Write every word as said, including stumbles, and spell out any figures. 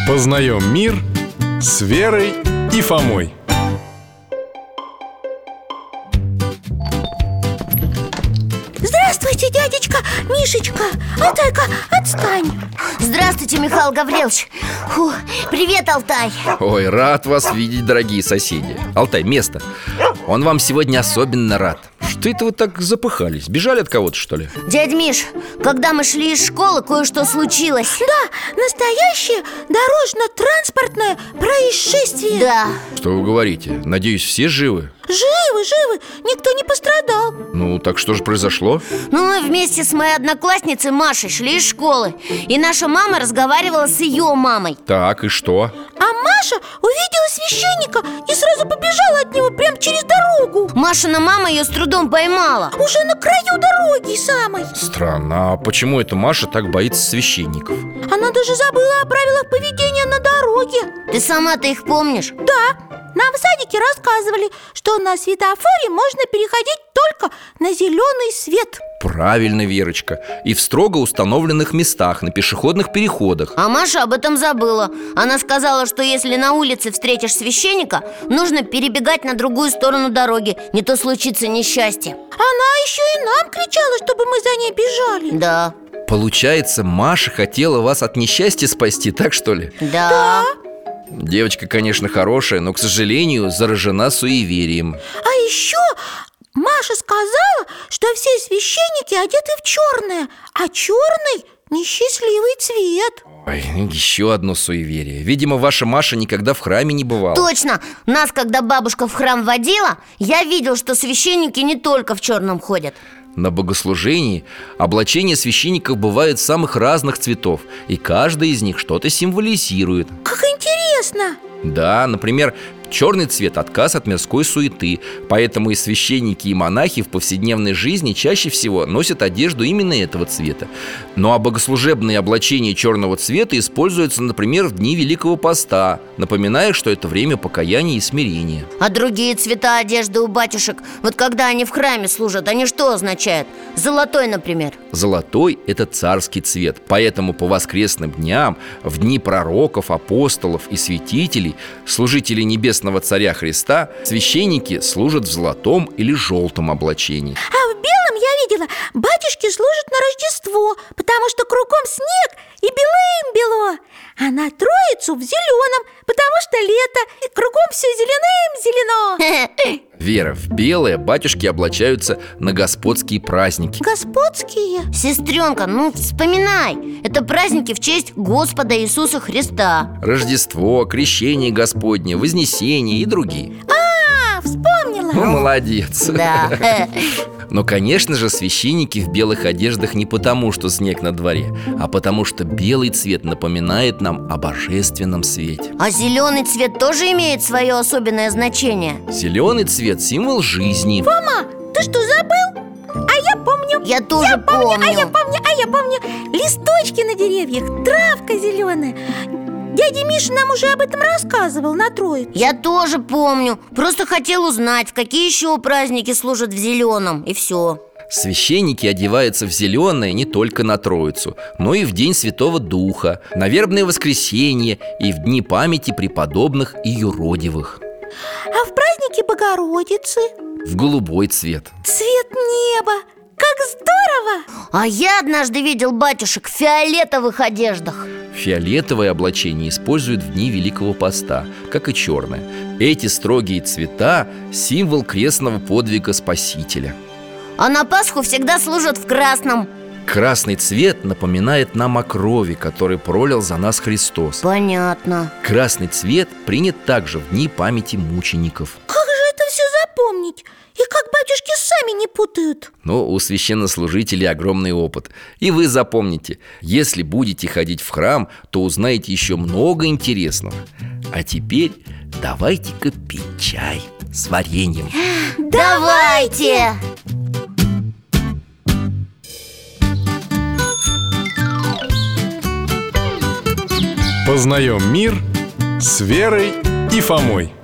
Познаем мир с Верой и Фомой. Здравствуйте, дядечка Мишечка. Алтайка, отстань. Здравствуйте, Михаил Гаврилович. Фу, привет, Алтай. Ой, рад вас видеть, дорогие соседи. Алтай, место. Он вам сегодня особенно рад. Что это вы так запыхались? Бежали от кого-то, что ли? Дядь Миш, когда мы шли из школы, кое-что случилось. Да, настоящее дорожно-транспортное происшествие. Да. Что вы говорите? Надеюсь, все живы? Живы, живы, никто не пострадал. Ну, так что же произошло? Ну, мы вместе с моей одноклассницей Машей шли из школы, и наша мама разговаривала с ее мамой. Так, и что? А Маша увидела священника и сразу побежала от него прямо через дорогу. Машина мама ее с трудом поймала. Уже на краю дороги самой. Странно, а почему эта Маша так боится священников? Она даже забыла о правилах поведения на дороге. Ты сама-то их помнишь? Да, нам в садике рассказывали, что на светофоре можно переходить только на зеленый свет. Правильно, Верочка. И в строго установленных местах, на пешеходных переходах. А Маша об этом забыла. Она сказала, что если на улице встретишь священника, нужно перебегать на другую сторону дороги, не то случится несчастье. Она еще и нам кричала, чтобы мы за ней бежали. Да. Получается, Маша хотела вас от несчастья спасти, так что ли? Да, Да. Девочка, конечно, хорошая, но, к сожалению, заражена суеверием. А еще Маша сказала, что все священники одеты в черное, а черный – несчастливый цвет. Ой, еще одно суеверие. Видимо, ваша Маша никогда в храме не бывала. Точно! Нас, когда бабушка в храм водила, я видел, что священники не только в черном ходят. На богослужении облачение священников бывает самых разных цветов, и каждый из них что-то символизирует. Как интересно! Да, например, черный цвет – отказ от мирской суеты. Поэтому и священники, и монахи в повседневной жизни чаще всего носят одежду именно этого цвета. Ну а богослужебные облачения черного цвета используются, например, в дни Великого Поста, напоминая, что это время покаяния и смирения. А другие цвета одежды у батюшек, вот когда они в храме служат, они что означают? Золотой, например. Золотой – это царский цвет. Поэтому по воскресным дням, в дни пророков, апостолов и святителей, служителей небесного царя Христа, священники служат в золотом или желтом облачении. А в белом я видела, батюшки служат на Рождество, потому что кругом снег и белым-бело. А на Троицу в зеленом, потому что лето, и кругом все зеленым-зелено. Вера, в белое батюшки облачаются на господские праздники. Господские? Сестренка, ну вспоминай, это праздники в честь Господа Иисуса Христа. Рождество, крещение Господне, Вознесение и другие. А, вспомнила. Ну, молодец. Да. Но, конечно же, священники в белых одеждах не потому, что снег на дворе, а потому что белый цвет напоминает нам о божественном свете. А зеленый цвет тоже имеет свое особенное значение. Зеленый цвет – символ жизни. Мама, ты что, забыл? А я помню. Я тоже я помню, помню. А я помню, а я помню. Листочки на деревьях, травка зеленая. Дядя Миша нам уже об этом рассказывал на Троицу. Я тоже помню. Просто хотел узнать, в какие еще праздники служат в зеленом, и все. Священники одеваются в зеленое не только на Троицу, но и в День Святого Духа, на Вербное воскресенье и в дни памяти преподобных и юродивых. А в празднике Богородицы? В голубой цвет. Цвет неба. Как здорово! А я однажды видел батюшек в фиолетовых одеждах. Фиолетовое облачение используют в дни Великого Поста, как и черное. Эти строгие цвета – символ крестного подвига Спасителя. А на Пасху всегда служат в красном. Красный цвет напоминает нам о крови, которую пролил за нас Христос. Понятно. Красный цвет принят также в дни памяти мучеников. Как же это все запомнить? И как батюшки сами не путают? Но у священнослужителей огромный опыт. И вы запомните, если будете ходить в храм, то узнаете еще много интересного. А теперь давайте-ка пить чай с вареньем. Давайте! Познаем мир с Верой и Фомой.